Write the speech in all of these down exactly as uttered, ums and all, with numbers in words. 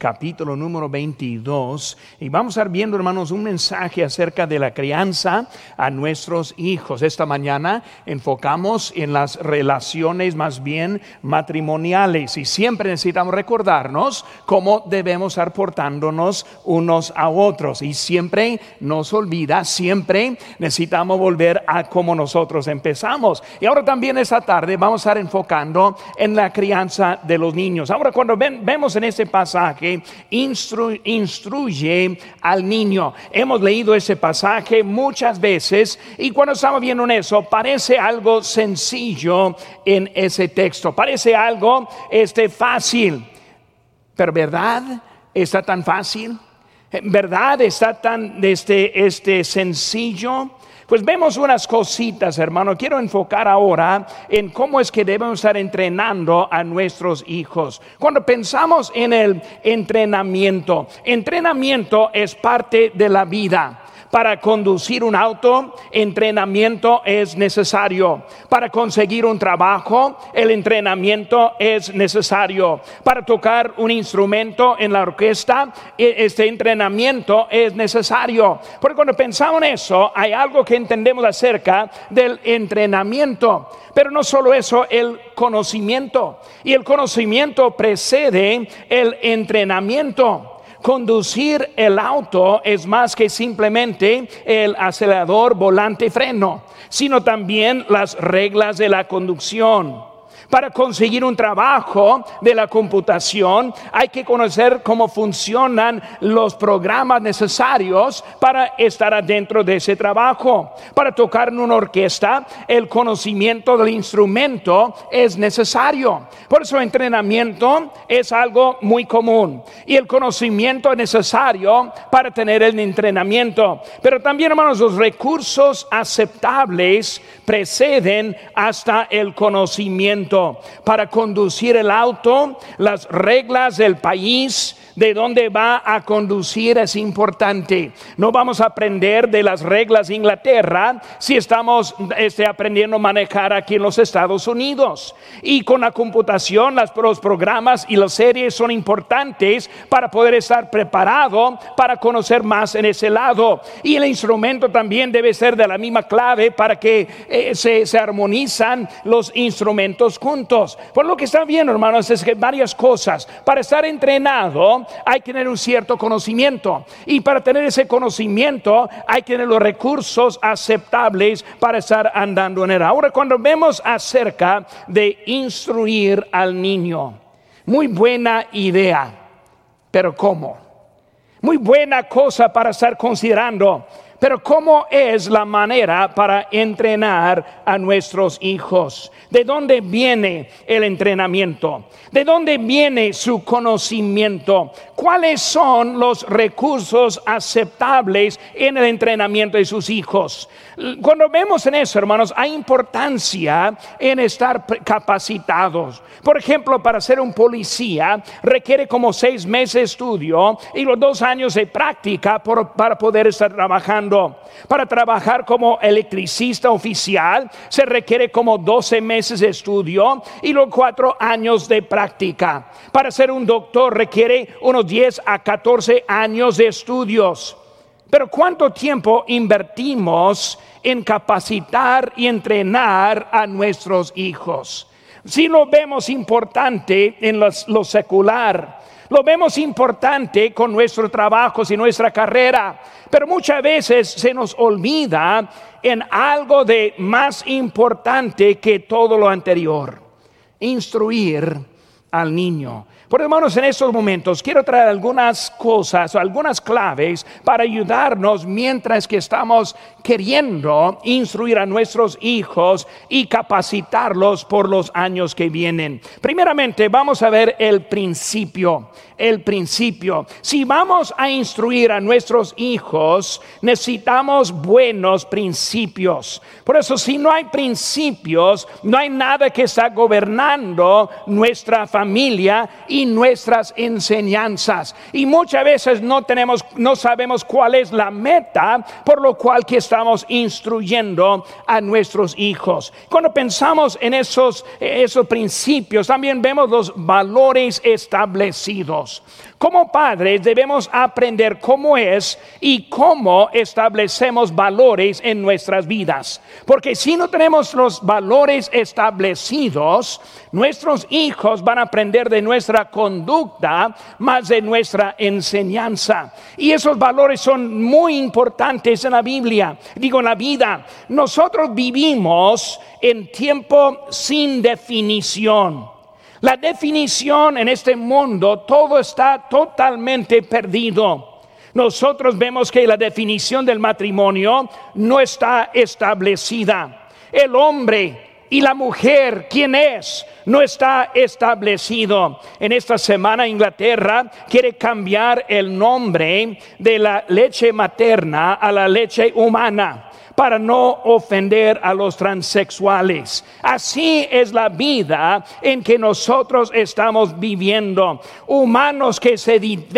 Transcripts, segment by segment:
capítulo número veintidós, y vamos a estar viendo, hermanos, un mensaje acerca de la crianza a nuestros hijos. Esta mañana enfocamos en las relaciones más bien matrimoniales, y siempre necesitamos recordarnos cómo debemos estar portándonos unos a otros, y siempre nos olvida, siempre necesitamos volver a cómo nosotros empezamos. Y ahora también esta tarde vamos a estar enfocando en la crianza de los niños. Ahora, cuando ven, vemos en este pasaje, instru, instruye al niño. Hemos leído ese pasaje muchas veces, y cuando estamos viendo en eso, parece algo sencillo en ese texto, parece algo este, fácil. Pero ¿verdad está tan fácil? ¿Verdad está tan este, este, sencillo? Pues vemos unas cositas, hermano. Quiero enfocar ahora en cómo es que debemos estar entrenando a nuestros hijos. Cuando pensamos en el entrenamiento, entrenamiento es parte de la vida. Para conducir un auto, entrenamiento es necesario. Para conseguir un trabajo, el entrenamiento es necesario. Para tocar un instrumento en la orquesta, este entrenamiento es necesario. Porque cuando pensamos en eso, hay algo que entendemos acerca del entrenamiento. Pero no solo eso, el conocimiento. Y el conocimiento precede el entrenamiento. Conducir el auto es más que simplemente el acelerador, volante, freno, sino también las reglas de la conducción. Para conseguir un trabajo de la computación, hay que conocer cómo funcionan los programas necesarios para estar adentro de ese trabajo. Para tocar en una orquesta, el conocimiento del instrumento es necesario. Por eso, entrenamiento es algo muy común, y el conocimiento es necesario para tener el entrenamiento. Pero también, hermanos, los recursos aceptables preceden hasta el conocimiento. Para conducir el auto, las reglas del país de donde va a conducir es importante. No vamos a aprender de las reglas de Inglaterra si estamos este, aprendiendo a manejar aquí en los Estados Unidos. Y con la computación, las, los programas y las series son importantes para poder estar preparado para conocer más en ese lado. Y el instrumento también debe ser de la misma clave para que eh, se, se armonizan los instrumentos juntos. Por lo que están viendo, hermanos, es que varias cosas. Para estar entrenado hay que tener un cierto conocimiento, y para tener ese conocimiento hay que tener los recursos aceptables para estar andando en él. Ahora, cuando vemos acerca de instruir al niño, muy buena idea, pero ¿cómo? Muy buena cosa para estar considerando. Pero ¿cómo es la manera para entrenar a nuestros hijos? ¿De dónde viene el entrenamiento? ¿De dónde viene su conocimiento? ¿Cuáles son los recursos aceptables en el entrenamiento de sus hijos? Cuando vemos en eso, hermanos, hay importancia en estar capacitados. Por ejemplo, para ser un policía requiere como seis meses de estudio y los dos años de práctica por, para poder estar trabajando. Para trabajar como electricista oficial se requiere como doce meses de estudio y los cuatro años de práctica. Para ser un doctor requiere unos diez a catorce años de estudios. Pero ¿cuánto tiempo invertimos en capacitar y entrenar a nuestros hijos? Si lo vemos importante en los, lo secular, lo vemos importante con nuestros trabajos y nuestra carrera, pero muchas veces se nos olvida en algo de más importante que todo lo anterior: instruir al niño. Por hermanos, en estos momentos quiero traer algunas cosas, algunas claves para ayudarnos mientras que estamos queriendo instruir a nuestros hijos y capacitarlos por los años que vienen. Primeramente, vamos a ver el principio. El principio. Si vamos a instruir a nuestros hijos, necesitamos buenos principios. Por eso, si no hay principios, no hay nada que está gobernando nuestra familia y nuestras enseñanzas. Y muchas veces no tenemos, no sabemos cuál es la meta por lo cual que estamos instruyendo a nuestros hijos. Cuando pensamos en esos, esos principios, también vemos los valores establecidos. Como padres debemos aprender cómo es y cómo establecemos valores en nuestras vidas. Porque si no tenemos los valores establecidos, nuestros hijos van a aprender de nuestra conducta más de nuestra enseñanza. Y esos valores son muy importantes en la Biblia, digo en la vida. Nosotros vivimos en tiempo sin definición. La definición en este mundo, todo está totalmente perdido. Nosotros vemos que la definición del matrimonio no está establecida. El hombre y la mujer, ¿quién es? No está establecido. En esta semana Inglaterra quiere cambiar el nombre de la leche materna a la leche humana, para no ofender a los transexuales. Así es la vida en que nosotros estamos viviendo. Humanos que se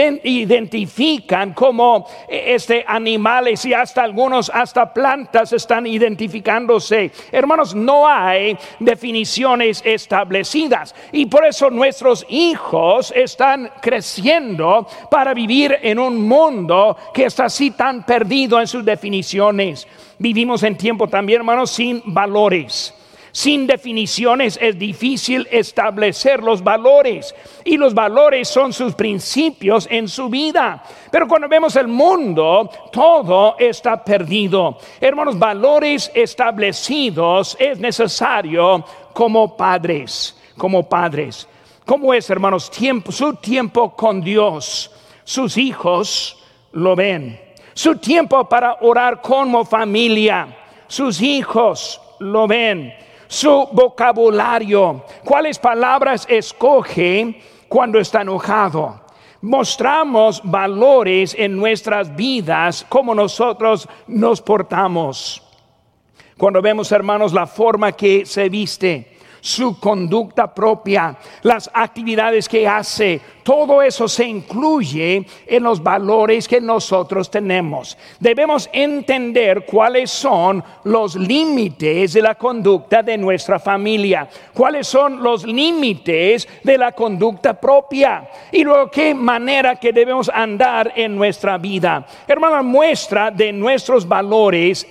identifican como este, animales, y hasta algunos, hasta plantas están identificándose. Hermanos, no hay definiciones establecidas, y por eso nuestros hijos están creciendo para vivir en un mundo que está así tan perdido en sus definiciones. Vivimos en tiempo también, hermanos, sin valores. Sin definiciones es difícil establecer los valores, y los valores son sus principios en su vida. Pero cuando vemos el mundo, todo está perdido. Hermanos, valores establecidos es necesario como padres, como padres. ¿Cómo es, hermanos? Tiempo, su tiempo con Dios, sus hijos lo ven. Su tiempo para orar como familia, sus hijos lo ven. Su vocabulario, cuáles palabras escoge cuando está enojado. Mostramos valores en nuestras vidas, como nosotros nos portamos. Cuando vemos, hermanos, la forma que se viste, su conducta propia, las actividades que hace, todo eso se incluye en los valores que nosotros tenemos. Debemos entender cuáles son los límites de la conducta de nuestra familia, cuáles son los límites de la conducta propia, y luego qué manera que debemos andar en nuestra vida. Hermana, muestra de nuestros valores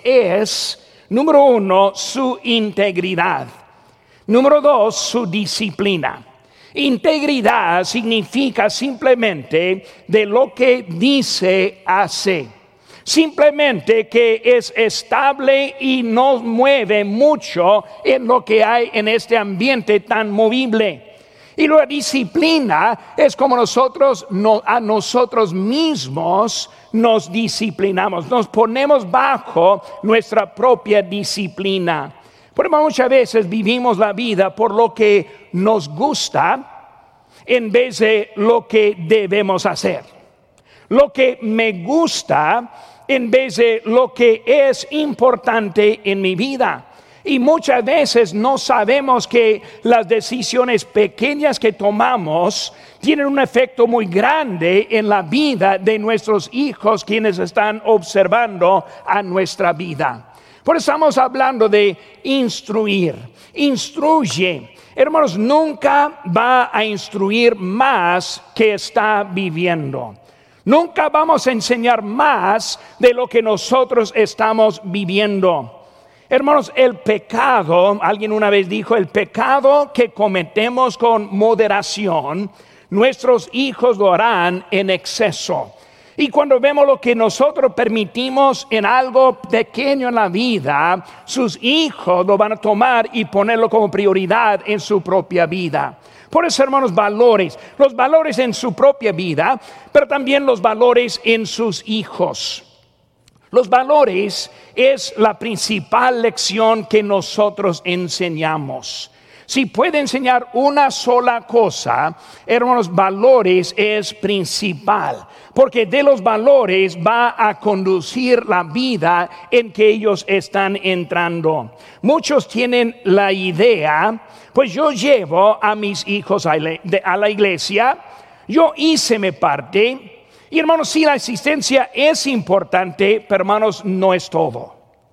es, número uno, su integridad. Número dos, su disciplina. Integridad significa simplemente de lo que dice, hace. Simplemente que es estable y no mueve mucho en lo que hay en este ambiente tan movible. Y la disciplina es como nosotros no, a nosotros mismos nos disciplinamos, nos ponemos bajo nuestra propia disciplina. Por eso muchas veces vivimos la vida por lo que nos gusta en vez de lo que debemos hacer. Lo que me gusta en vez de lo que es importante en mi vida. Y muchas veces no sabemos que las decisiones pequeñas que tomamos tienen un efecto muy grande en la vida de nuestros hijos, quienes están observando a nuestra vida. Por eso estamos hablando de instruir. Instruye. Hermanos, nunca va a instruir más que está viviendo. Nunca vamos a enseñar más de lo que nosotros estamos viviendo. Hermanos, el pecado, alguien una vez dijo, el pecado que cometemos con moderación, nuestros hijos lo harán en exceso. Y cuando vemos lo que nosotros permitimos en algo pequeño en la vida, sus hijos lo van a tomar y ponerlo como prioridad en su propia vida. Por eso, hermanos, valores, los valores en su propia vida, pero también los valores en sus hijos. Los valores es la principal lección que nosotros enseñamos. Si puede enseñar una sola cosa, hermanos, valores es principal, porque de los valores va a conducir la vida en que ellos están entrando. Muchos tienen la idea, pues yo llevo a mis hijos a la iglesia, yo hice mi parte, y hermanos, sí, la asistencia es importante, pero hermanos, no es todo.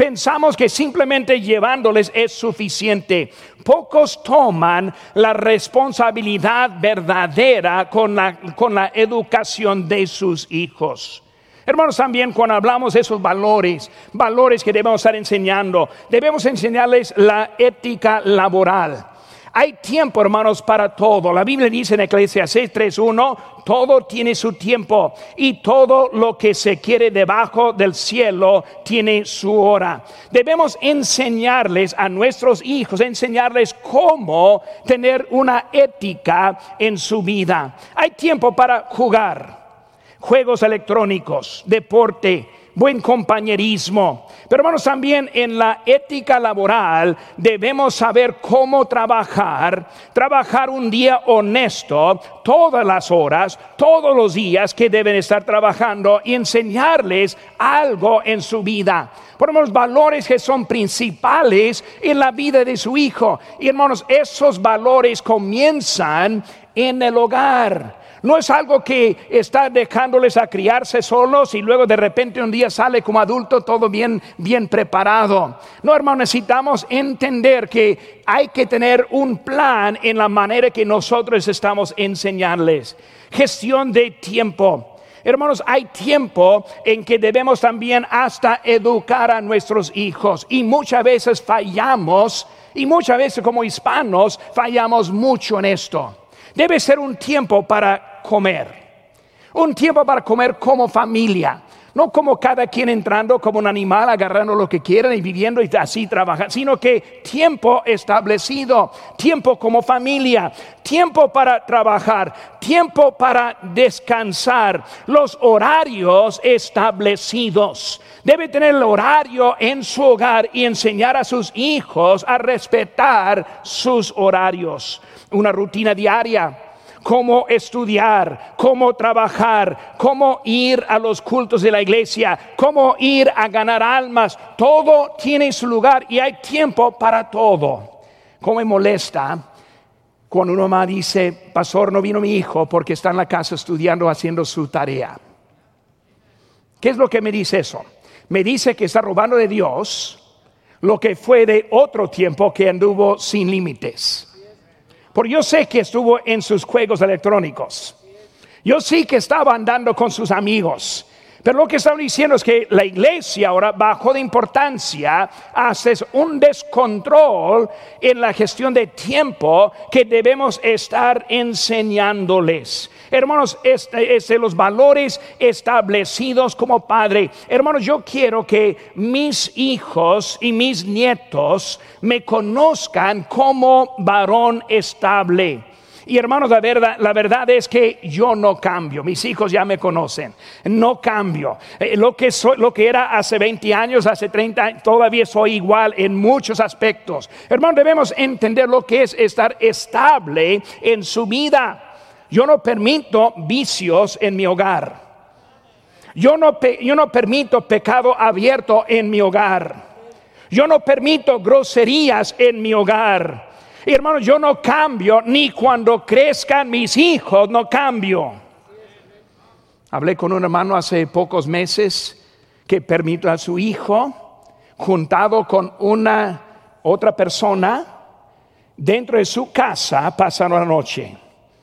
Pensamos que simplemente llevándoles es suficiente. Pocos toman la responsabilidad verdadera con la, con la educación de sus hijos. Hermanos, también cuando hablamos de esos valores, valores que debemos estar enseñando, debemos enseñarles la ética laboral. Hay tiempo, hermanos, para todo. La Biblia dice en Eclesiastés tres uno, todo tiene su tiempo y todo lo que se quiere debajo del cielo tiene su hora. Debemos enseñarles a nuestros hijos, enseñarles cómo tener una ética en su vida. Hay tiempo para jugar, juegos electrónicos, deporte, buen compañerismo. Pero hermanos, también en la ética laboral debemos saber cómo trabajar, trabajar un día honesto, todas las horas, todos los días que deben estar trabajando y enseñarles algo en su vida. Ponemos valores que son principales en la vida de su hijo. Y hermanos, esos valores comienzan en el hogar. No es algo que está dejándoles a criarse solos y luego de repente un día sale como adulto todo bien, bien preparado. No, hermano, necesitamos entender que hay que tener un plan en la manera que nosotros estamos enseñarles. Gestión de tiempo. Hermanos, hay tiempo en que debemos también hasta educar a nuestros hijos y muchas veces fallamos y muchas veces como hispanos fallamos mucho en esto. Debe ser un tiempo para comer, un tiempo para comer como familia, no como cada quien entrando como un animal, agarrando lo que quieran y viviendo y así trabajar, sino que tiempo establecido, tiempo como familia, tiempo para trabajar, tiempo para descansar, los horarios establecidos. Debe tener el horario en su hogar y enseñar a sus hijos a respetar sus horarios. Una rutina diaria, cómo estudiar, cómo trabajar, cómo ir a los cultos de la iglesia, cómo ir a ganar almas. Todo tiene su lugar y hay tiempo para todo. Cómo me molesta cuando una mamá dice: pastor, no vino mi hijo porque está en la casa estudiando, haciendo su tarea. ¿Qué es lo que me dice eso? Me dice que está robando de Dios lo que fue de otro tiempo que anduvo sin límites. Porque yo sé que estuvo en sus juegos electrónicos. Yo sí que estaba andando con sus amigos. Pero lo que estaba diciendo es que la iglesia ahora bajó de importancia, hace un descontrol en la gestión de tiempo que debemos estar enseñándoles. Hermanos, este, este, los valores establecidos como padre. Hermanos, yo quiero que mis hijos y mis nietos me conozcan como varón estable. Y hermanos, la verdad, la verdad es que yo no cambio. Mis hijos ya me conocen. No cambio. Eh, lo que soy, lo que era hace veinte años, hace treinta años, todavía soy igual en muchos aspectos. Hermanos, debemos entender lo que es estar estable en su vida. Yo no permito vicios en mi hogar. Yo no, yo no permito pecado abierto en mi hogar. Yo no permito groserías en mi hogar. Y hermanos, yo no cambio ni cuando crezcan mis hijos, no cambio. Hablé con un hermano hace pocos meses que permitió a su hijo, juntado con una otra persona, dentro de su casa pasar la noche.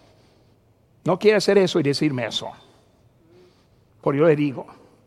No quiere hacer eso y decirme eso. Porque yo le digo,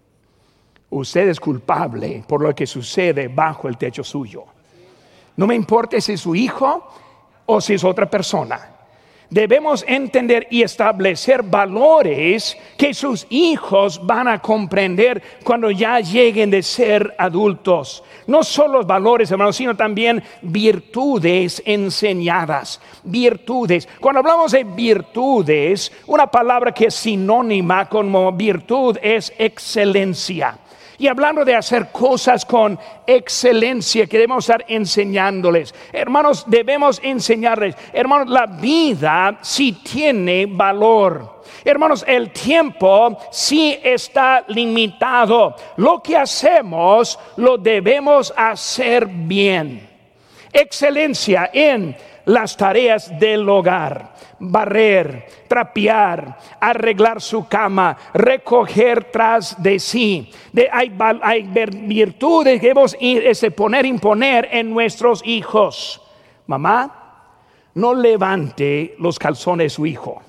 usted es culpable por lo que sucede bajo el techo suyo. No me importa si es su hijo o si es otra persona. Debemos entender y establecer valores que sus hijos van a comprender cuando ya lleguen de ser adultos. No solo los valores, hermanos, sino también virtudes enseñadas. Virtudes. Cuando hablamos de virtudes, una palabra que es sinónima como virtud es excelencia. Y hablando de hacer cosas con excelencia, que debemos estar enseñándoles. Hermanos, debemos enseñarles. Hermanos, la vida sí tiene valor. Hermanos, el tiempo sí está limitado. Lo que hacemos lo debemos hacer bien. Excelencia en las tareas del hogar: barrer, trapear, arreglar su cama, recoger tras de sí. De, hay, hay virtudes que debemos ese, poner, imponer en nuestros hijos. Mamá, no levante los calzones de su hijo.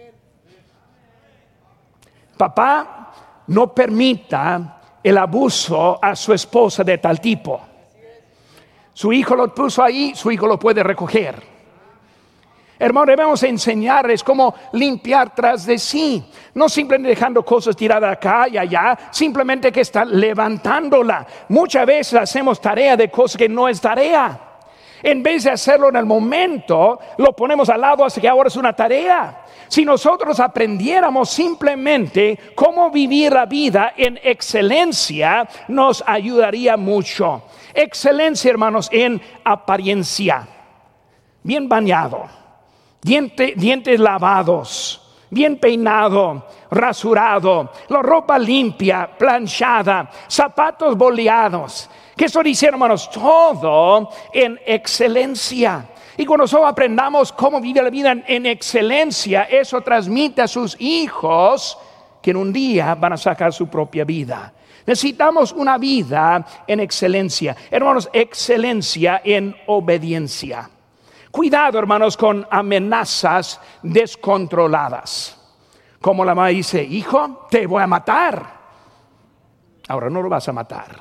Papá, no permita el abuso a su esposa de tal tipo. Su hijo lo puso ahí, su hijo lo puede recoger. Hermano, debemos enseñarles cómo limpiar tras de sí. No simplemente dejando cosas tiradas acá y allá, simplemente que están levantándola. Muchas veces hacemos tarea de cosas que no es tarea. En vez de hacerlo en el momento, lo ponemos al lado hasta que ahora es una tarea. Si nosotros aprendiéramos simplemente cómo vivir la vida en excelencia, nos ayudaría mucho. Excelencia, hermanos, en apariencia. Bien bañado, diente, dientes lavados, bien peinado, rasurado, la ropa limpia, planchada, zapatos boleados. ¿Qué estoy diciendo, hermanos? Todo en excelencia. Y cuando nosotros aprendamos cómo vivir la vida en, en excelencia, eso transmite a sus hijos que en un día van a sacar su propia vida. Necesitamos una vida en excelencia. Hermanos, excelencia en obediencia. Cuidado, hermanos, con amenazas descontroladas. Como la mamá dice: hijo, te voy a matar. Ahora no lo vas a matar.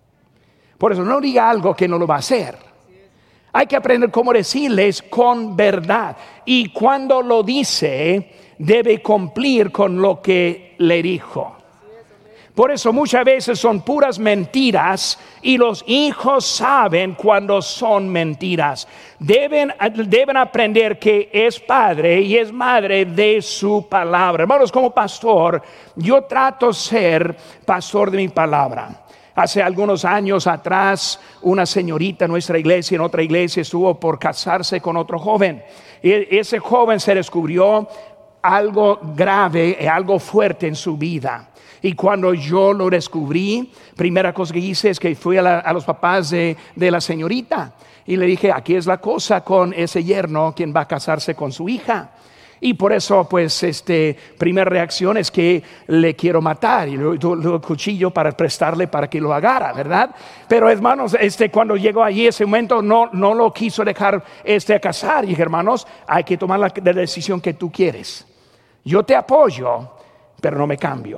Por eso no diga algo que no lo va a hacer. Hay que aprender cómo decirles con verdad. Y cuando lo dice, debe cumplir con lo que le dijo. Por eso muchas veces son puras mentiras y los hijos saben cuando son mentiras. Deben, deben aprender que es padre y es madre de su palabra. Hermanos, como pastor, yo trato de ser pastor de mi palabra. Hace algunos años atrás, una señorita en nuestra iglesia, en otra iglesia, estuvo por casarse con otro joven. Y ese joven se descubrió algo grave, algo fuerte en su vida. Y cuando yo lo descubrí, primera cosa que hice es que fui a, la, a los papás de, de la señorita y le dije: aquí es la cosa con ese yerno, quien va a casarse con su hija. Y por eso, pues, este, primera reacción es que le quiero matar. Y le doy el cuchillo para prestarle para que lo agarre, ¿verdad? Pero, hermanos, este, cuando llegó allí ese momento, no, no lo quiso dejar este, a casar. Y dije: hermanos, hay que tomar la, la decisión que tú quieres. Yo te apoyo, pero no me cambio.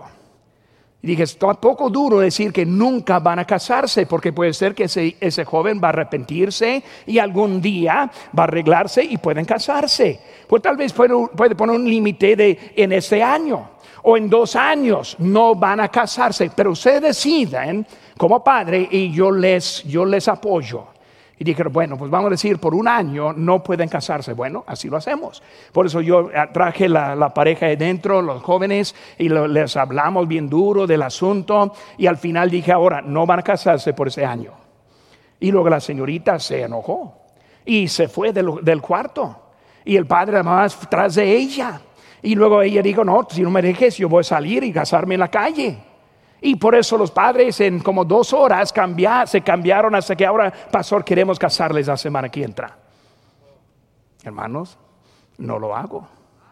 Y dije: está poco duro decir que nunca van a casarse, porque puede ser que ese, ese joven va a arrepentirse y algún día va a arreglarse y pueden casarse. Pues tal vez puede, puede poner un límite de en este año o en dos años no van a casarse, pero ustedes deciden como padre y yo les, yo les apoyo. Y dije: bueno, pues vamos a decir por un año no pueden casarse. Bueno, así lo hacemos. Por eso yo traje la, la pareja de dentro, los jóvenes, y lo, les hablamos bien duro del asunto. Y al final dije: ahora no van a casarse por ese año. Y luego la señorita se enojó y se fue del, del cuarto. Y el padre además tras de ella. Y luego ella dijo: no, si no me dejes, yo voy a salir y casarme en la calle. Y por eso los padres en como dos horas cambiar, se cambiaron hasta que ahora: pastor, queremos casarles la semana que entra. Hermanos, no lo hago.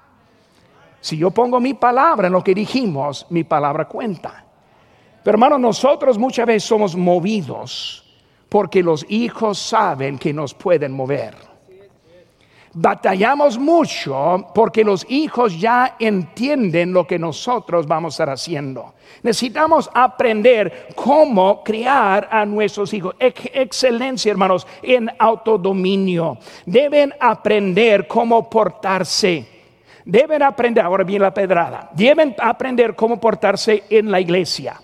Si yo pongo mi palabra en lo que dijimos, mi palabra cuenta. Pero hermanos, nosotros muchas veces somos movidos porque los hijos saben que nos pueden mover. Batallamos mucho porque los hijos ya entienden lo que nosotros vamos a estar haciendo. Necesitamos aprender cómo criar a nuestros hijos. Excelencia, hermanos, en autodominio. Deben aprender cómo portarse. Deben aprender, ahora viene la pedrada. Deben aprender cómo portarse en la iglesia.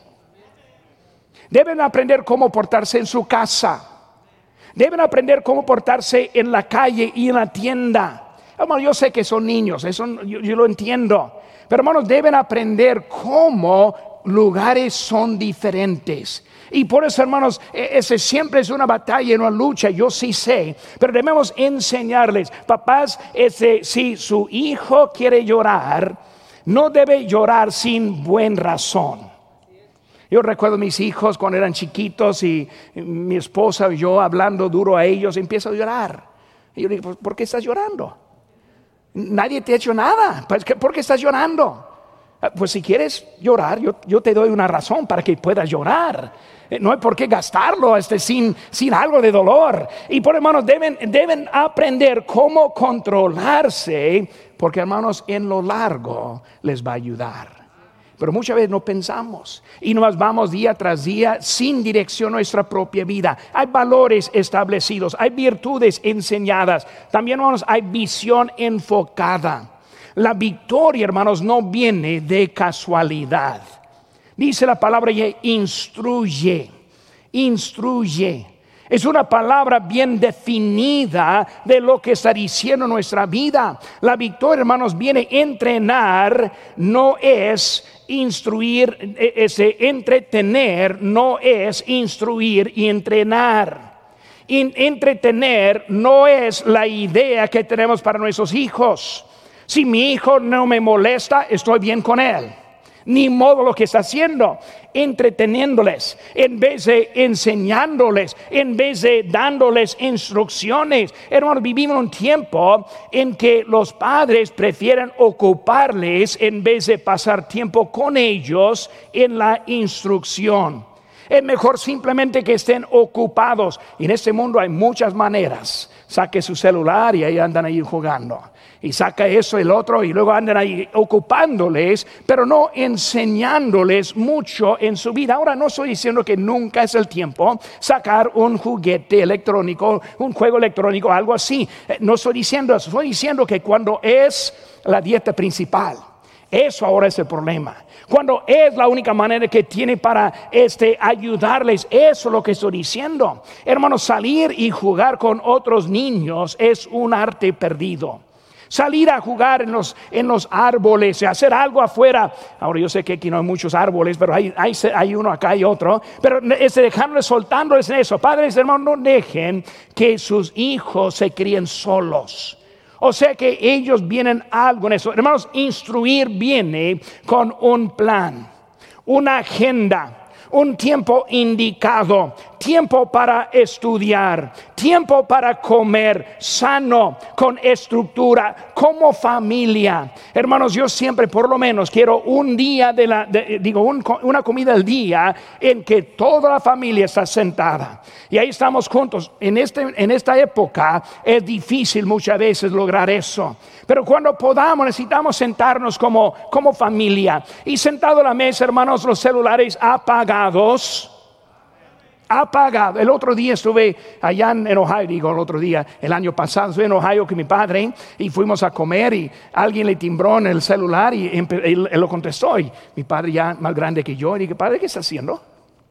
Deben aprender cómo portarse en su casa. Deben aprender cómo portarse en la calle y en la tienda. Hermanos, yo sé que son niños, eso yo, yo lo entiendo. Pero hermanos, deben aprender cómo lugares son diferentes. Y por eso, hermanos, ese siempre es una batalla, una lucha, yo sí sé. Pero debemos enseñarles, papás, ese, si su hijo quiere llorar, no debe llorar sin buena razón. Yo recuerdo a mis hijos cuando eran chiquitos y mi esposa y yo hablando duro a ellos, empiezo a llorar. Y yo le digo, ¿por qué estás llorando? Nadie te ha hecho nada, ¿por qué estás llorando? Pues si quieres llorar, yo, yo te doy una razón para que puedas llorar. No hay por qué gastarlo este, sin, sin algo de dolor. Y por hermanos, deben, deben aprender cómo controlarse, porque hermanos, en lo largo les va a ayudar. Pero muchas veces no pensamos y nos vamos día tras día sin dirección a nuestra propia vida. Hay valores establecidos, hay virtudes enseñadas. También, hermanos, hay visión enfocada. La victoria, hermanos, no viene de casualidad. Dice la palabra instruye, instruye. Es una palabra bien definida de lo que está diciendo nuestra vida. La victoria, hermanos, viene a entrenar, no es instruir, es entretener, no es instruir y entrenar. In, entretener no es la idea que tenemos para nuestros hijos. Si mi hijo no me molesta, estoy bien con él. Ni modo lo que está haciendo, entreteniéndoles, en vez de enseñándoles, en vez de dándoles instrucciones. Hermanos, vivimos un tiempo en que los padres prefieren ocuparles en vez de pasar tiempo con ellos en la instrucción. Es mejor simplemente que estén ocupados. Y en este mundo hay muchas maneras. Saque su celular y ahí andan ahí jugando. Y saca eso y el otro y luego andan ahí ocupándoles, pero no enseñándoles mucho en su vida. Ahora no estoy diciendo que nunca es el tiempo sacar un juguete electrónico, un juego electrónico, algo así. No estoy diciendo eso, estoy diciendo que cuando es la dieta principal, eso ahora es el problema. Cuando es la única manera que tiene para este, ayudarles, eso es lo que estoy diciendo. Hermanos, salir y jugar con otros niños es un arte perdido. Salir a jugar en los, en los árboles, hacer algo afuera. Ahora yo sé que aquí no hay muchos árboles, pero hay, hay, hay uno acá y otro. Pero es dejándoles, soltándoles en eso. Padres, hermanos, no dejen que sus hijos se críen solos. O sea que ellos vienen algo en eso. Hermanos, instruir viene con un plan, una agenda, un tiempo indicado, tiempo para estudiar, tiempo para comer sano, con estructura, como familia. Hermanos, yo siempre por lo menos quiero un día de la, de, digo, un, una comida al día en que toda la familia está sentada. Y ahí estamos juntos. En, este, en esta época es difícil muchas veces lograr eso. Pero cuando podamos necesitamos sentarnos como, como familia. Y sentado a la mesa, hermanos, los celulares apagados. Apagado. El otro día estuve allá en Ohio, digo el otro día, el año pasado estuve en Ohio con mi padre y fuimos a comer y alguien le timbró en el celular y él, él lo contestó y mi padre ya más grande que yo y dije, padre, ¿qué está haciendo?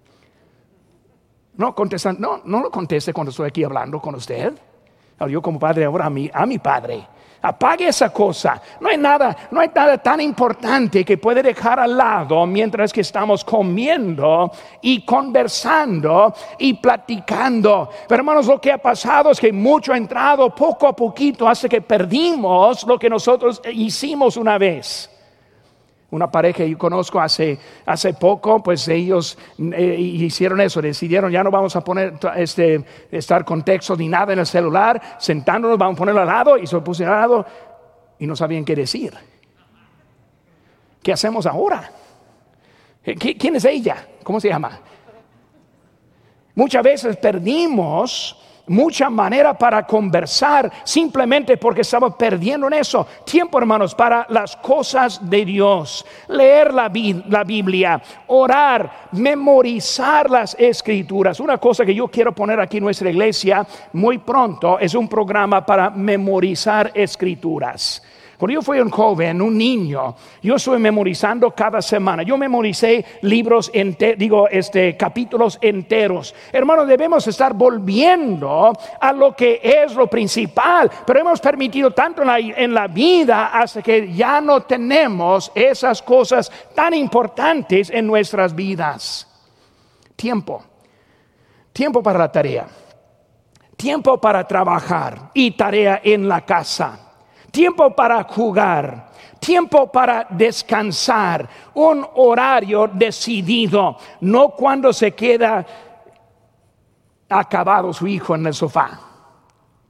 No contestan, no, no lo conteste cuando estoy aquí hablando con usted. Yo como padre ahora a mi, a mi padre. Apague esa cosa. No hay nada, no hay nada tan importante que puede dejar al lado mientras que estamos comiendo y conversando y platicando. Pero hermanos, lo que ha pasado es que mucho ha entrado poco a poquito hasta que perdimos lo que nosotros hicimos una vez. Una pareja que yo conozco hace, hace poco, pues ellos eh, hicieron eso, decidieron ya no vamos a poner este, estar con textos ni nada en el celular, sentándonos, vamos a ponerlo al lado y se lo pusieron al lado y no sabían qué decir. ¿Qué hacemos ahora? ¿Quién es ella? ¿Cómo se llama? Muchas veces perdimos mucha manera para conversar simplemente porque estamos perdiendo en eso. Tiempo, hermanos, para las cosas de Dios. Leer la, la Biblia, orar, memorizar las Escrituras. Una cosa que yo quiero poner aquí en nuestra iglesia muy pronto es un programa para memorizar Escrituras. Cuando yo fui un joven, un niño, yo estuve memorizando cada semana. Yo memoricé libros, enter, digo, este, capítulos enteros. Hermanos, debemos estar volviendo a lo que es lo principal. Pero hemos permitido tanto en la, en la vida hasta que ya no tenemos esas cosas tan importantes en nuestras vidas. Tiempo. Tiempo para la tarea. Tiempo para trabajar y tarea en la casa. Tiempo para jugar, tiempo para descansar, un horario decidido, no cuando se queda acabado su hijo en el sofá.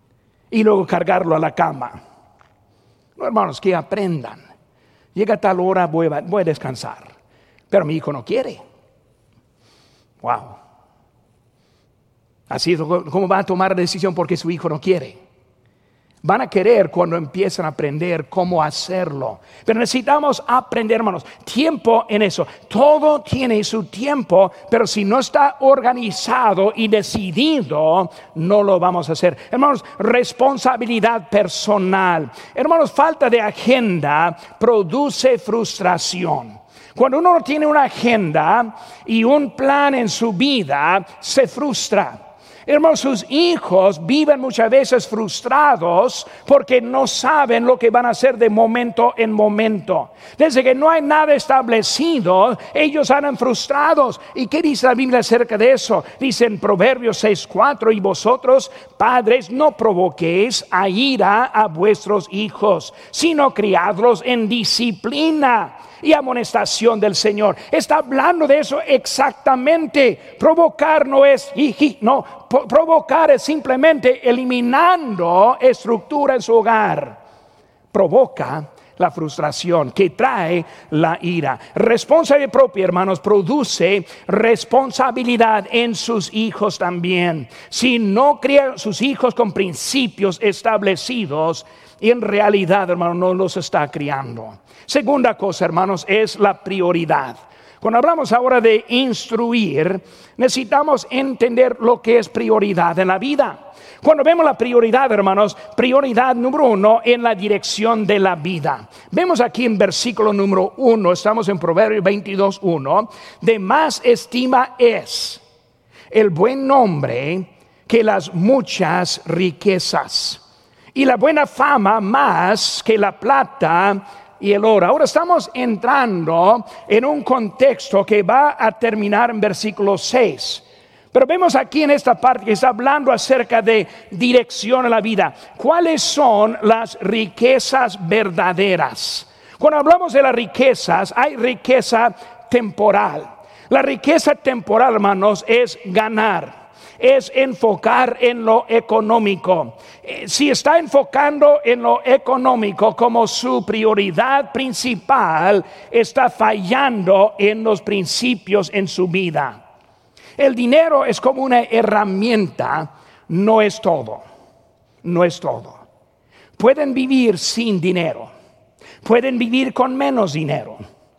y luego cargarlo a la cama. No, hermanos, que aprendan. Llega a tal hora, voy a, voy a descansar. Pero mi hijo no quiere. Wow. Así es como van a tomar la decisión porque su hijo no quiere. Van a querer cuando empiezan a aprender cómo hacerlo. Pero necesitamos aprender, hermanos, tiempo en eso. Todo tiene su tiempo, pero si no está organizado y decidido, no lo vamos a hacer. Hermanos, responsabilidad personal. Hermanos, falta de agenda produce frustración. Cuando uno no tiene una agenda y un plan en su vida, se frustra. Hermanos, sus hijos viven muchas veces frustrados porque no saben lo que van a hacer de momento en momento. Desde que no hay nada establecido, ellos andan frustrados. ¿Y qué dice la Biblia acerca de eso? Dice en Proverbios seis cuatro: y vosotros, padres, no provoquéis a ira a vuestros hijos, sino criadlos en disciplina y amonestación del Señor. Está hablando de eso exactamente. Provocar no es no, provocar es simplemente eliminando estructura en su hogar. Provoca la frustración que trae la ira. Responsabilidad propia, hermanos, produce responsabilidad en sus hijos también. Si no cría sus hijos con principios establecidos, y en realidad, hermanos, no los está criando. Segunda cosa, hermanos, es la prioridad. Cuando hablamos ahora de instruir, necesitamos entender lo que es prioridad en la vida. Cuando vemos la prioridad, hermanos, prioridad número uno en la dirección de la vida. Vemos aquí en versículo número uno, estamos en Proverbios veintidós uno, de más estima es el buen nombre que las muchas riquezas, y la buena fama más que la plata y el oro. Ahora estamos entrando en un contexto que va a terminar en versículo seis. Pero vemos aquí en esta parte que está hablando acerca de dirección a la vida. ¿Cuáles son las riquezas verdaderas? Cuando hablamos de las riquezas, hay riqueza temporal. La riqueza temporal, hermanos, es ganar. Es enfocar en lo económico. Si está enfocando en lo económico como su prioridad principal, está fallando en los principios en su vida. El dinero es como una herramienta, no es todo. No es todo. Pueden vivir sin dinero. Pueden vivir con menos dinero.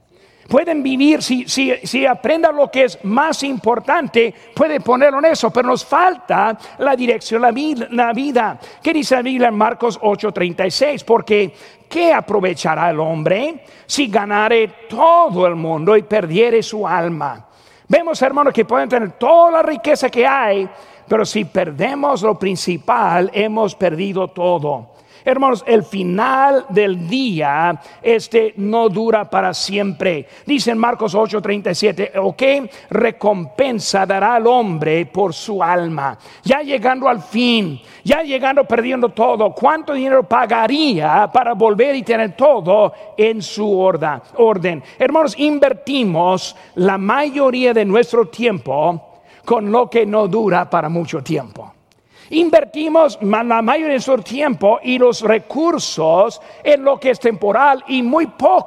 Pueden vivir, si, si, si aprenda lo que es más importante, puede ponerlo en eso, pero nos falta la dirección, la vida. La vida. ¿Qué dice la Biblia en Marcos ocho treinta y seis? Porque ¿qué aprovechará el hombre si ganare todo el mundo y perdiere su alma? Vemos, hermanos, que pueden tener toda la riqueza que hay, pero si perdemos lo principal, hemos perdido todo. Hermanos, el final del día este no dura para siempre. Dice en Marcos ocho treinta y siete, ¿o qué recompensa dará al hombre por su alma? Ya llegando al fin, ya llegando perdiendo todo, ¿cuánto dinero pagaría para volver y tener todo en su orden? Hermanos, invertimos la mayoría de nuestro tiempo con lo que no dura para mucho tiempo. Invertimos la mayoría de nuestro tiempo y los recursos en lo que es temporal y muy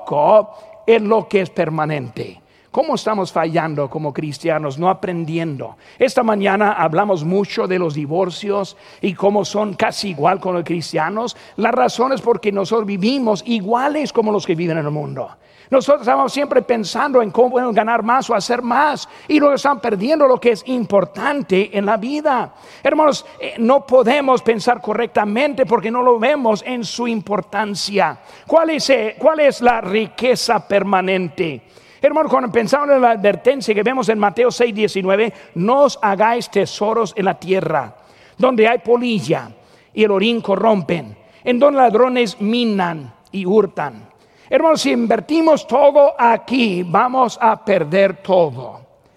poco en lo que es permanente. ¿Cómo estamos fallando como cristianos, no aprendiendo? Esta mañana hablamos mucho de los divorcios y cómo son casi igual con los cristianos. La razón es porque nosotros vivimos iguales como los que viven en el mundo. Nosotros estamos siempre pensando en cómo podemos ganar más o hacer más, y luego están perdiendo lo que es importante en la vida. Hermanos, eh, no podemos pensar correctamente porque no lo vemos en su importancia. ¿Cuál es, eh, cuál es la riqueza permanente? Hermanos, cuando pensamos en la advertencia que vemos en Mateo seis diecinueve, no os hagáis tesoros en la tierra, donde hay polilla y el orín corrompen, en donde ladrones minan y hurtan. Hermanos, si invertimos todo aquí, vamos a perder todo.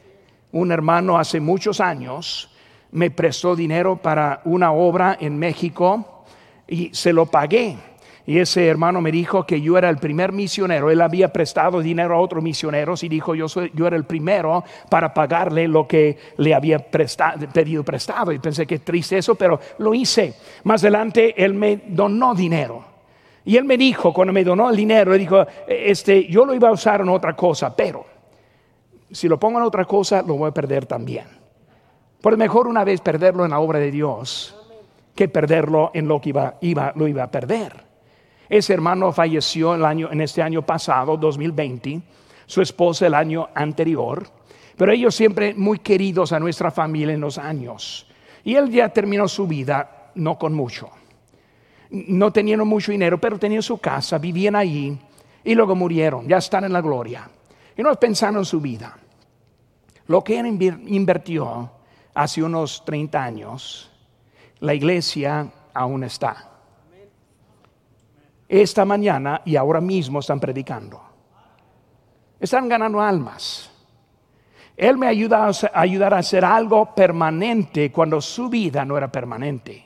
Un hermano hace muchos años me prestó dinero para una obra en México y se lo pagué. Y ese hermano me dijo que yo era el primer misionero. Él había prestado dinero a otros misioneros y dijo yo, soy, yo era el primero para pagarle lo que le había prestado, pedido prestado. Y pensé que triste eso, pero lo hice. Más adelante él me donó dinero. Y él me dijo, cuando me donó el dinero, él dijo, este, yo lo iba a usar en otra cosa, pero si lo pongo en otra cosa, lo voy a perder también. Por mejor una vez perderlo en la obra de Dios que perderlo en lo que iba, iba, lo iba a perder. Ese hermano falleció el año, en este año pasado, dos mil veinte, su esposa el año anterior, pero ellos siempre muy queridos a nuestra familia en los años. Y él ya terminó su vida, no con mucho. No tenían mucho dinero, pero tenían su casa, vivían allí y luego murieron, ya están en la gloria. Y no pensaron en su vida. Lo que él invirtió hace unos treinta años, la iglesia aún está. Esta mañana y ahora mismo están predicando. Están ganando almas. Él me ayuda a ayudar a hacer algo permanente cuando su vida no era permanente.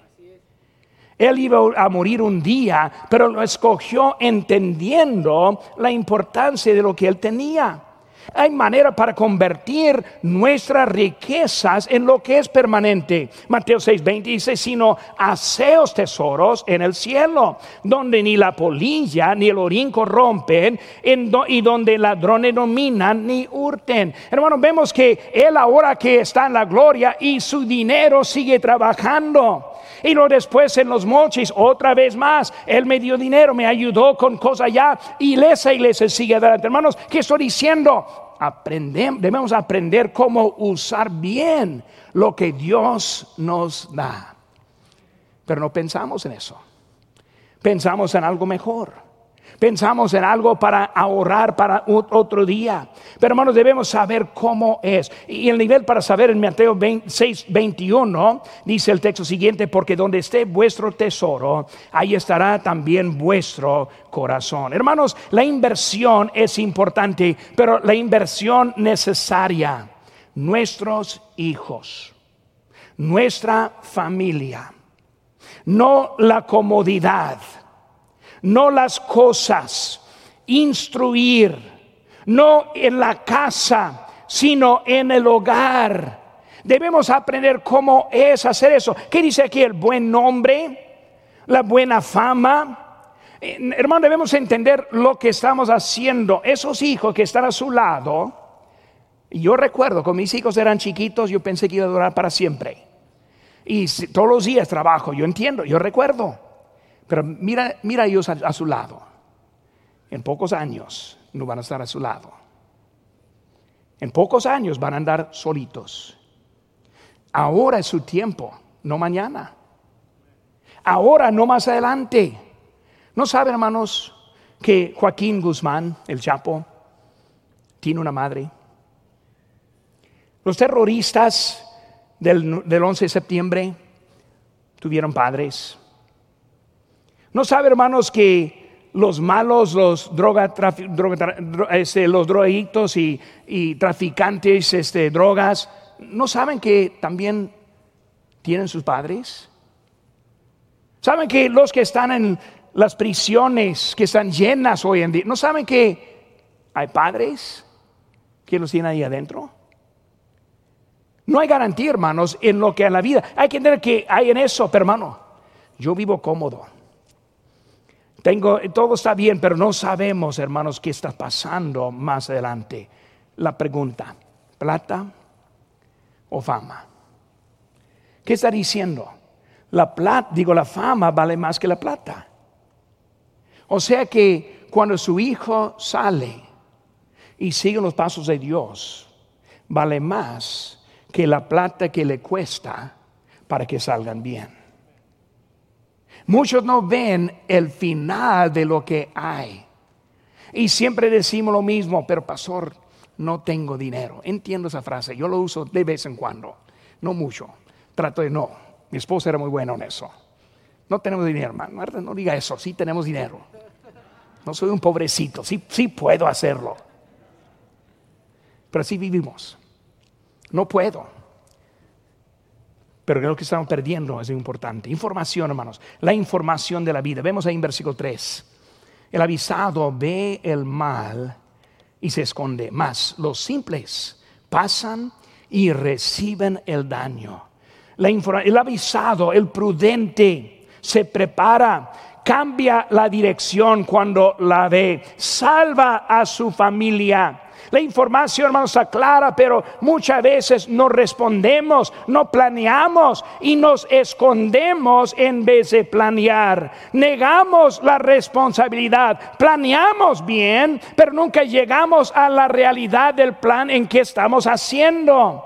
Él iba a morir un día, pero lo escogió entendiendo la importancia de lo que él tenía. Hay manera para convertir nuestras riquezas en lo que es permanente. Mateo seis veinte dice, sino haceos tesoros en el cielo, donde ni la polilla ni el orín corrompen, en do, y donde ladrones dominan ni hurten. Hermanos, vemos que él ahora que está en la gloria y su dinero sigue trabajando. Y luego después en los mochis, otra vez más, él me dio dinero, me ayudó con cosas allá, y esa iglesia sigue adelante. Hermanos, ¿qué estoy diciendo? Aprendemos, debemos aprender cómo usar bien lo que Dios nos da. Pero no pensamos en eso. Pensamos en algo mejor. Pensamos en algo para ahorrar para otro día. Pero hermanos, debemos saber cómo es. Y el nivel para saber en Mateo seis veintiuno dice el texto siguiente, porque donde esté vuestro tesoro, ahí estará también vuestro corazón. Hermanos, la inversión es importante, pero la inversión necesaria. Nuestros hijos, nuestra familia, no la comodidad, no las cosas, instruir, no en la casa, sino en el hogar. Debemos aprender cómo es hacer eso. ¿Qué dice aquí? El buen nombre, la buena fama. Eh, hermano, debemos entender lo que estamos haciendo. Esos hijos que están a su lado, yo recuerdo cuando mis hijos eran chiquitos, yo pensé que iba a durar para siempre. Y todos los días trabajo, yo entiendo, yo recuerdo. Pero mira, mira ellos a, a su lado. En pocos años no van a estar a su lado. En pocos años van a andar solitos. Ahora es su tiempo, no mañana. Ahora, no más adelante. ¿No saben, hermanos, que Joaquín Guzmán, el Chapo, tiene una madre? Los terroristas del, del once de septiembre tuvieron padres. ¿No sabe, hermanos, que los malos, los droga, trafi, droga, este, los drogadictos y, y traficantes de este, drogas, no saben que también tienen sus padres? ¿Saben que los que están en las prisiones, que están llenas hoy en día, no saben que hay padres que los tienen ahí adentro? No hay garantía, hermanos, en lo que en la vida. Hay que entender que hay en eso, pero hermano, yo vivo cómodo. Tengo, todo está bien, pero no sabemos, hermanos, qué está pasando más adelante. La pregunta, ¿plata o fama? ¿Qué está diciendo? La plata, digo, la fama vale más que la plata. O sea que cuando su hijo sale y sigue los pasos de Dios, vale más que la plata que le cuesta para que salgan bien. Muchos no ven el final de lo que hay. Y siempre decimos lo mismo, pero pastor, no tengo dinero. Entiendo esa frase, yo lo uso de vez en cuando, no mucho. Trato de no. Mi esposa era muy buena en eso. No tenemos dinero, hermano. No diga eso, sí tenemos dinero. No soy un pobrecito, sí, sí puedo hacerlo. Pero así vivimos. No puedo. Pero lo que estamos perdiendo es importante. Información, hermanos. La información de la vida. Vemos ahí en versículo tres. El avisado ve el mal y se esconde. Mas los simples pasan y reciben el daño. La informa- el avisado, el prudente, se prepara, cambia la dirección cuando la ve, salva a su familia. La información, hermanos, está clara, pero muchas veces no respondemos, no planeamos y nos escondemos en vez de planear. Negamos la responsabilidad, planeamos bien, pero nunca llegamos a la realidad del plan en que estamos haciendo.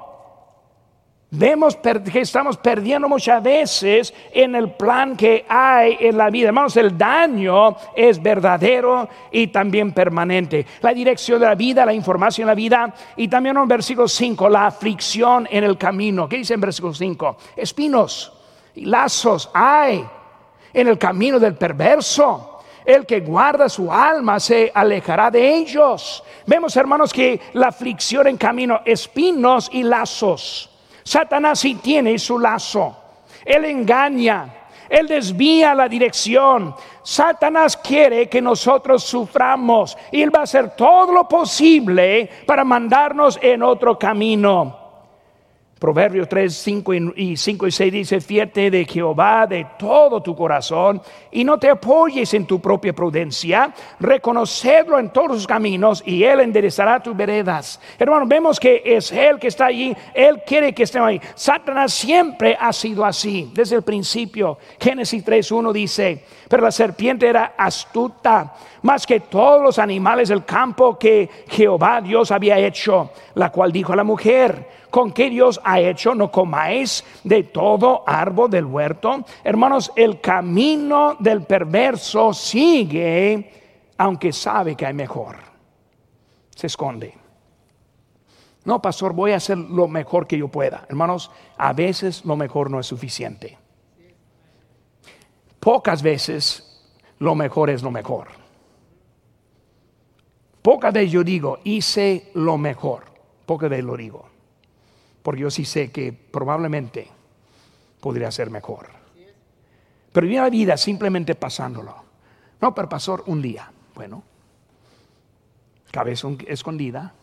Vemos que estamos perdiendo muchas veces en el plan que hay en la vida. Hermanos, el daño es verdadero y también permanente. La dirección de la vida, la información de la vida. Y también en versículo cinco, la aflicción en el camino. ¿Qué dice en versículo cinco? Espinos y lazos hay en el camino del perverso. El que guarda su alma se alejará de ellos. Vemos, hermanos, que la aflicción en camino, espinos y lazos. Satanás sí tiene su lazo. Él engaña, él desvía la dirección. Satanás quiere que nosotros suframos y él va a hacer todo lo posible para mandarnos en otro camino. Proverbios tres, cinco y seis dice: fíate de Jehová de todo tu corazón y no te apoyes en tu propia prudencia. Reconocedlo en todos sus caminos y él enderezará tus veredas. Hermanos, vemos que es él que está allí. Él quiere que estemos ahí. Satanás siempre ha sido así desde el principio. Génesis tres, uno dice: pero la serpiente era astuta más que todos los animales del campo que Jehová Dios había hecho, la cual dijo a la mujer: ¿con qué Dios ha hecho? No comáis de todo árbol del huerto. Hermanos, el camino del perverso sigue, aunque sabe que hay mejor. Se esconde. No, pastor, voy a hacer lo mejor que yo pueda. Hermanos, a veces lo mejor no es suficiente. Pocas veces lo mejor es lo mejor. Pocas veces yo digo, hice lo mejor. Pocas veces lo digo. Porque yo sí sé que probablemente podría ser mejor. Pero viví la vida simplemente pasándolo. No, pero pasó un día. Bueno, cabeza escondida,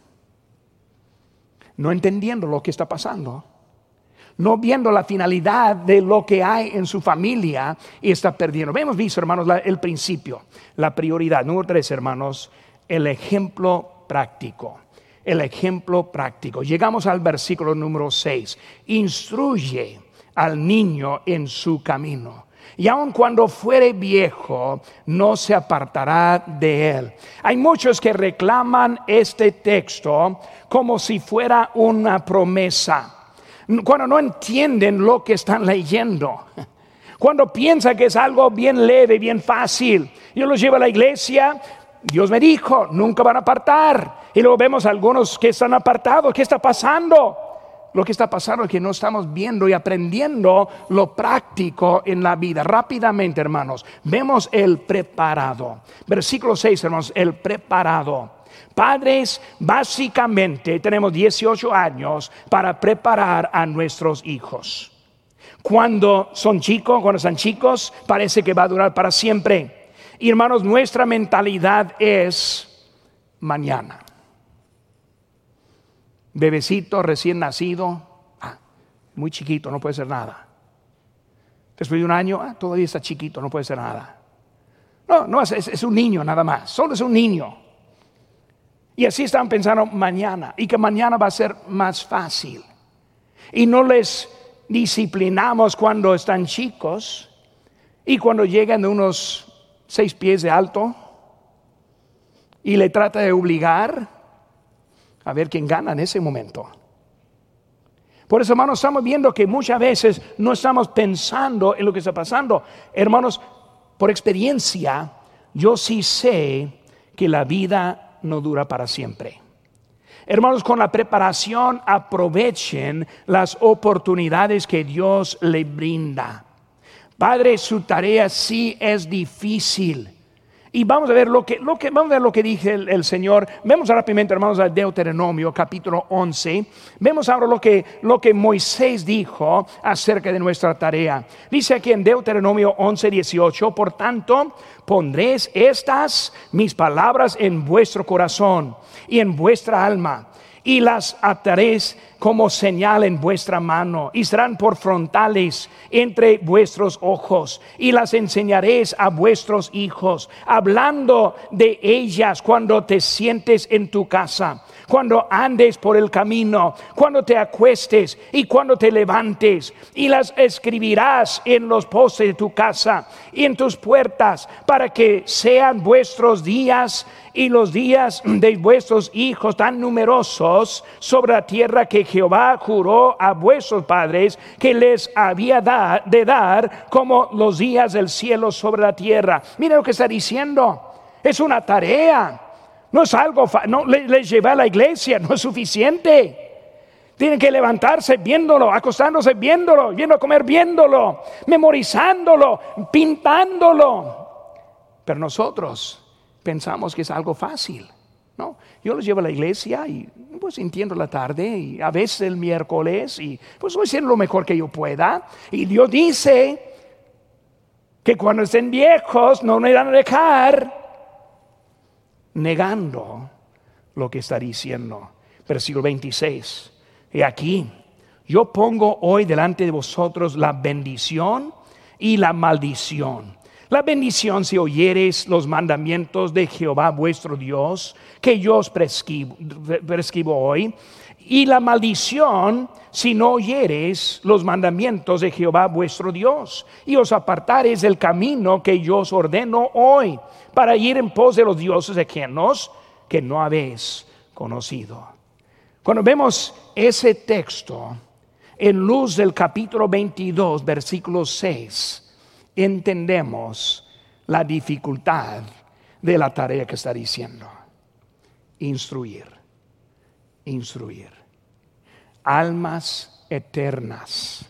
no entendiendo lo que está pasando, no viendo la finalidad de lo que hay en su familia y está perdiendo. Hemos visto, hermanos, la, el principio, la prioridad. Número tres, hermanos, el ejemplo práctico. El ejemplo práctico. Llegamos al versículo número seis. Instruye al niño en su camino, y aun cuando fuere viejo, no se apartará de él. Hay muchos que reclaman este texto como si fuera una promesa, cuando no entienden lo que están leyendo. Cuando piensan que es algo bien leve, bien fácil. Yo los llevo a la iglesia. Dios me dijo, nunca van a apartar. Y luego vemos a algunos que están apartados. ¿Qué está pasando? Lo que está pasando es que no estamos viendo y aprendiendo lo práctico en la vida. Rápidamente, hermanos, vemos el preparado. Versículo seis, hermanos, el preparado. Padres, básicamente tenemos dieciocho años para preparar a nuestros hijos. Cuando son chicos, cuando están chicos, parece que va a durar para siempre. Y hermanos, nuestra mentalidad es mañana. Bebecito recién nacido, ah, muy chiquito, no puede ser nada. Después de un año, ah, todavía está chiquito, no puede ser nada. No, no es, es, es un niño nada más, solo es un niño. Y así están pensando mañana, y que mañana va a ser más fácil. Y no les disciplinamos cuando están chicos, y cuando llegan de unos seis pies de alto y le trata de obligar a ver quién gana en ese momento. Por eso, hermanos, estamos viendo que muchas veces no estamos pensando en lo que está pasando. Hermanos, por experiencia, yo sí sé que la vida no dura para siempre. Hermanos, con la preparación aprovechen las oportunidades que Dios le brinda. Padre, su tarea sí es difícil. Y vamos a ver lo que, lo que, vamos a ver lo que dice el, el Señor. Vemos rápidamente, hermanos, a Deuteronomio capítulo once. Vemos ahora lo que, lo que Moisés dijo acerca de nuestra tarea. Dice aquí en Deuteronomio once, dieciocho: por tanto, pondréis estas mis palabras en vuestro corazón y en vuestra alma, y las ataréis como señal en vuestra mano, y serán por frontales entre vuestros ojos, y las enseñaréis a vuestros hijos, hablando de ellas cuando te sientes en tu casa, cuando andes por el camino, cuando te acuestes y cuando te levantes, y las escribirás en los postes de tu casa y en tus puertas, para que sean vuestros días y los días de vuestros hijos tan numerosos sobre la tierra que Jehová juró a vuestros padres que les había da, de dar, como los días del cielo sobre la tierra. Mira lo que está diciendo. Es una tarea. No es algo, no les, les lleva a la iglesia, no es suficiente. Tienen que levantarse viéndolo, acostándose viéndolo, yendo a comer viéndolo, memorizándolo, pintándolo. Pero nosotros pensamos que es algo fácil, ¿no? Yo los llevo a la iglesia y pues entiendo la tarde y a veces el miércoles y pues voy haciendo lo mejor que yo pueda. Y Dios dice que cuando estén viejos no me irán a dejar, negando lo que está diciendo. Versículo veintiséis: y aquí yo pongo hoy delante de vosotros la bendición y la maldición. La bendición si oyereis los mandamientos de Jehová vuestro Dios, que yo os prescribo, prescribo hoy, y la maldición si no oyereis los mandamientos de Jehová vuestro Dios, y os apartareis del camino que yo os ordeno hoy, para ir en pos de los dioses ajenos que no habéis conocido. Cuando vemos ese texto en luz del capítulo veintidós, versículo seis, entendemos la dificultad de la tarea que está diciendo. Instruir, instruir almas eternas,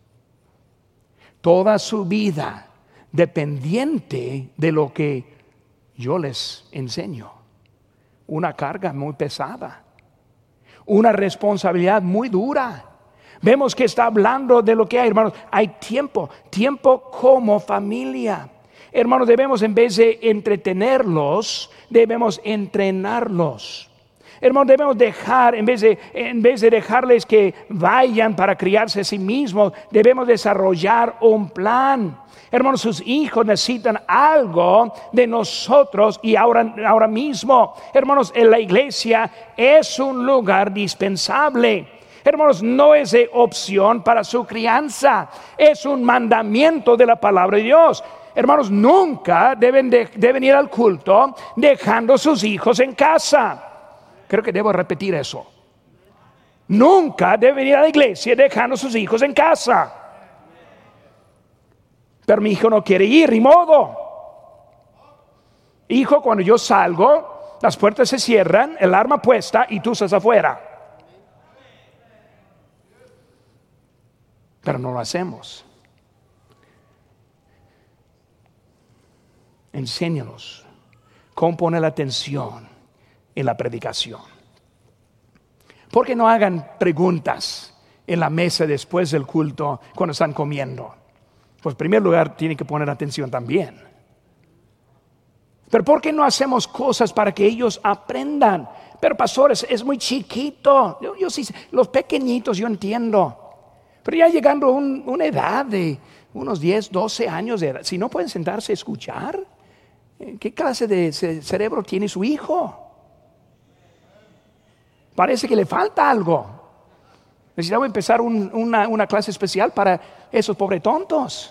toda su vida dependiente de lo que yo les enseño. Una carga muy pesada, una responsabilidad muy dura. Vemos que está hablando de lo que hay, hermanos. Hay tiempo, tiempo como familia. Hermanos, debemos, en vez de entretenerlos, debemos entrenarlos. Hermanos, debemos dejar, en vez de, en vez de dejarles que vayan para criarse a sí mismos, debemos desarrollar un plan. Hermanos, sus hijos necesitan algo de nosotros y ahora, ahora mismo. Hermanos, en la iglesia es un lugar dispensable. Hermanos, no es de opción para su crianza, es un mandamiento de la palabra de Dios. Hermanos, nunca deben, de, deben ir al culto dejando sus hijos en casa. Creo que debo repetir eso. Nunca deben ir a la iglesia dejando sus hijos en casa. Pero mi hijo no quiere ir, ni modo. Hijo, cuando yo salgo, las puertas se cierran, el arma puesta y tú estás afuera. Pero no lo hacemos. Enséñalos cómo poner la atención en la predicación. ¿Por qué no hagan preguntas en la mesa después del culto cuando están comiendo? Pues en primer lugar tienen que poner atención también. Pero ¿por qué no hacemos cosas para que ellos aprendan? Pero pastores, es muy chiquito. Yo, yo sí, los pequeñitos yo entiendo. Pero ya llegando a un, una edad de unos diez, doce años de edad, si no pueden sentarse a escuchar, ¿qué clase de cerebro tiene su hijo? Parece que le falta algo. Necesitamos empezar un, una, una clase especial para esos pobres tontos.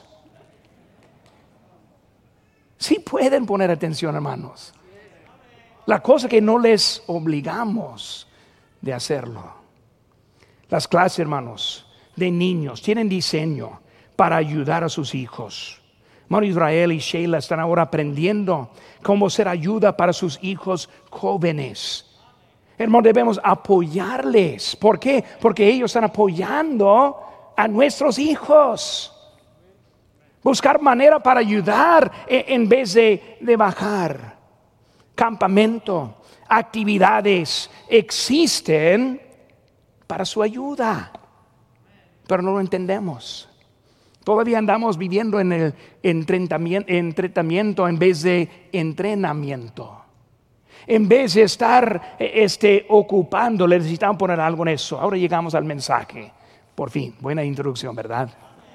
Sí pueden poner atención, hermanos. La cosa es que no les obligamos de hacerlo. Las clases, hermanos, de niños tienen diseño para ayudar a sus hijos. Hermano Israel y Sheila están ahora aprendiendo cómo ser ayuda para sus hijos jóvenes. Hermanos, debemos apoyarles. ¿Por qué? Porque ellos están apoyando a nuestros hijos. Buscar manera para ayudar en vez de, de bajar. Campamento, actividades existen para su ayuda, pero no lo entendemos. Todavía andamos viviendo en el entrenamiento en vez de entrenamiento. En vez de estar este, ocupando, le necesitamos poner algo en eso. Ahora llegamos al mensaje. Por fin, buena introducción, ¿verdad?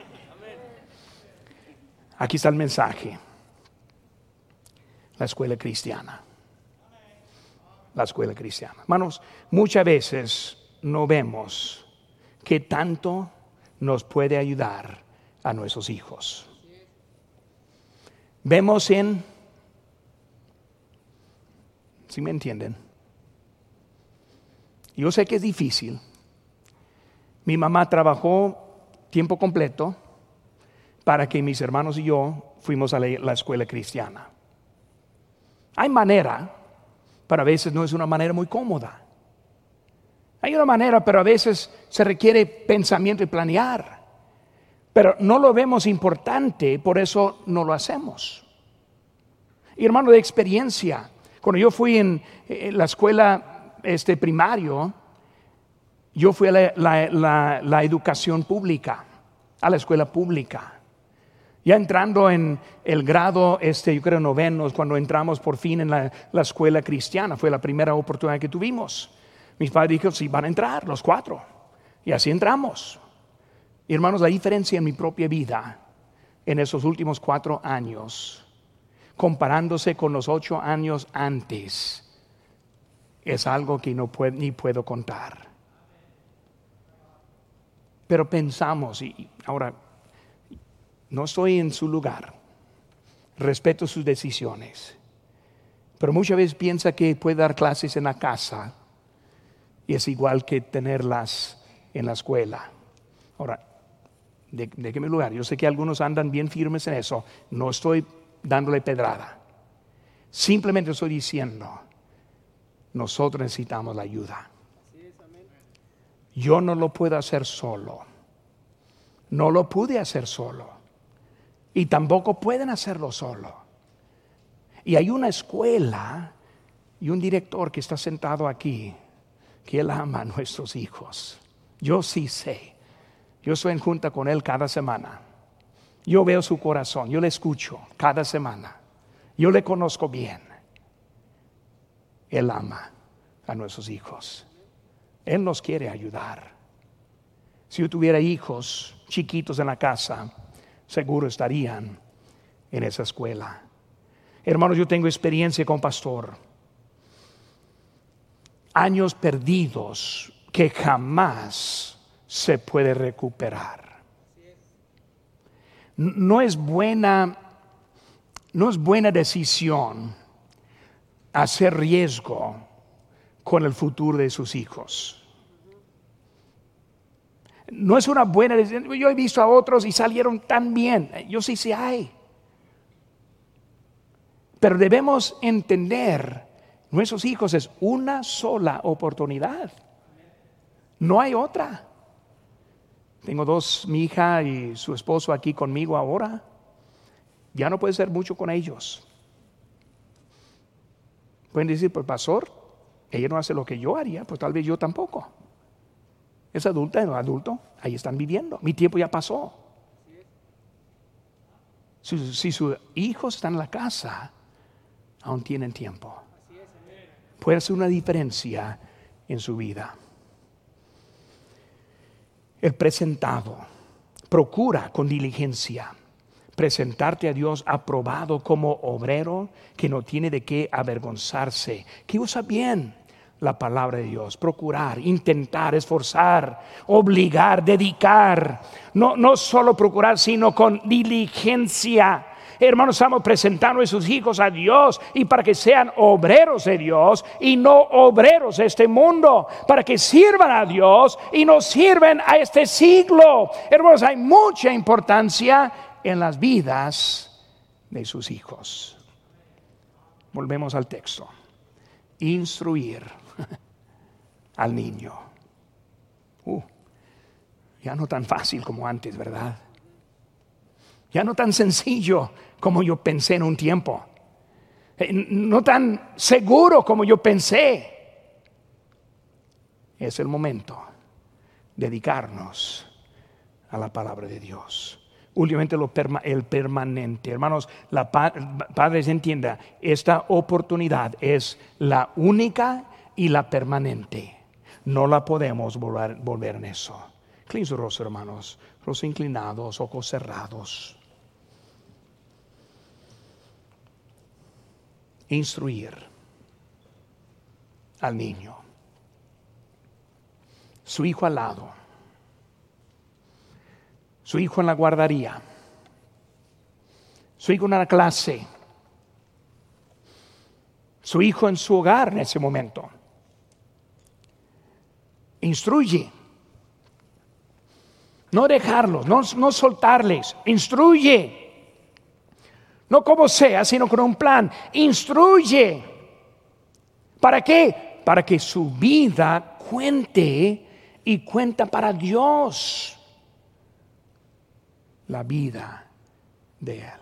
Aquí está el mensaje. La escuela cristiana. La escuela cristiana. Hermanos, muchas veces no vemos qué tanto nos puede ayudar a nuestros hijos. Vemos en, ¿sí me entienden? Yo sé que es difícil. Mi mamá trabajó tiempo completo para que mis hermanos y yo fuimos a la, la escuela cristiana. Hay manera, pero a veces no es una manera muy cómoda. Hay una manera, pero a veces se requiere pensamiento y planear. Pero no lo vemos importante, por eso no lo hacemos. Y hermano, de experiencia, cuando yo fui en, en la escuela este, primario, yo fui a la, la, la, la educación pública, a la escuela pública. Ya entrando en el grado, este, yo creo noveno, cuando entramos por fin en la, la escuela cristiana, fue la primera oportunidad que tuvimos. Mis padres dijeron, sí, van a entrar los cuatro. Y así entramos. Y hermanos, la diferencia en mi propia vida, en esos últimos cuatro años, comparándose con los ocho años antes, es algo que no puedo, ni puedo contar. Pero pensamos, y ahora, no estoy en su lugar, respeto sus decisiones, pero muchas veces piensa que puede dar clases en la casa y es igual que tenerlas en la escuela. Ahora, de, de qué mi lugar, yo sé que algunos andan bien firmes en eso, no estoy dándole pedrada, simplemente estoy diciendo, nosotros necesitamos la ayuda. Yo no lo puedo hacer solo, no lo pude hacer solo. Y tampoco pueden hacerlo solo. Y hay una escuela y un director que está sentado aquí, que él ama a nuestros hijos. Yo sí sé. Yo estoy en junta con él cada semana. Yo veo su corazón, yo le escucho cada semana. Yo le conozco bien. Él ama a nuestros hijos. Él nos quiere ayudar. Si yo tuviera hijos chiquitos en la casa, seguro estarían en esa escuela. Hermanos, yo tengo experiencia con pastor. Años perdidos que jamás se puede recuperar. No es buena, no es buena decisión hacer riesgo con el futuro de sus hijos. No es una buena decisión. Yo he visto a otros y salieron tan bien. Yo sí sí hay. Pero debemos entender, nuestros hijos es una sola oportunidad. No hay otra. Tengo dos, mi hija y su esposo aquí conmigo ahora. Ya no puede ser mucho con ellos. Pueden decir, pues pastor, ella no hace lo que yo haría, pues tal vez yo tampoco. Es adulta, no adulto, ahí están viviendo. Mi tiempo ya pasó. Si, si sus hijos están en la casa, aún tienen tiempo. Puede hacer una diferencia en su vida. El presentado, procura con diligencia presentarte a Dios aprobado como obrero que no tiene de qué avergonzarse, que usa bien la palabra de Dios. Procurar, intentar, esforzar, obligar, dedicar. No, no solo procurar, sino con diligencia. Hermanos, estamos presentando a sus hijos a Dios y para que sean obreros de Dios y no obreros de este mundo, para que sirvan a Dios y no sirven a este siglo. Hermanos, hay mucha importancia en las vidas de sus hijos. Volvemos al texto. Instruir al niño. Uh, ya no tan fácil como antes, ¿verdad? Ya no tan sencillo como yo pensé en un tiempo. No tan seguro como yo pensé. Es el momento de dedicarnos a la palabra de Dios. Últimamente lo perma, el permanente. Hermanos, la, padres, entienda, esta oportunidad es la única y la permanente. No la podemos volver, volver en eso. Inclinen su rostro, hermanos. Rostros inclinados, ojos cerrados. Instruir al niño. Su hijo al lado. Su hijo en la guardería. Su hijo en la clase. Su hijo en su hogar en ese momento. Instruye. No dejarlos, no, no soltarles. Instruye. No como sea, sino con un plan. Instruye. ¿Para qué? Para que su vida cuente y cuenta para Dios la vida de Él.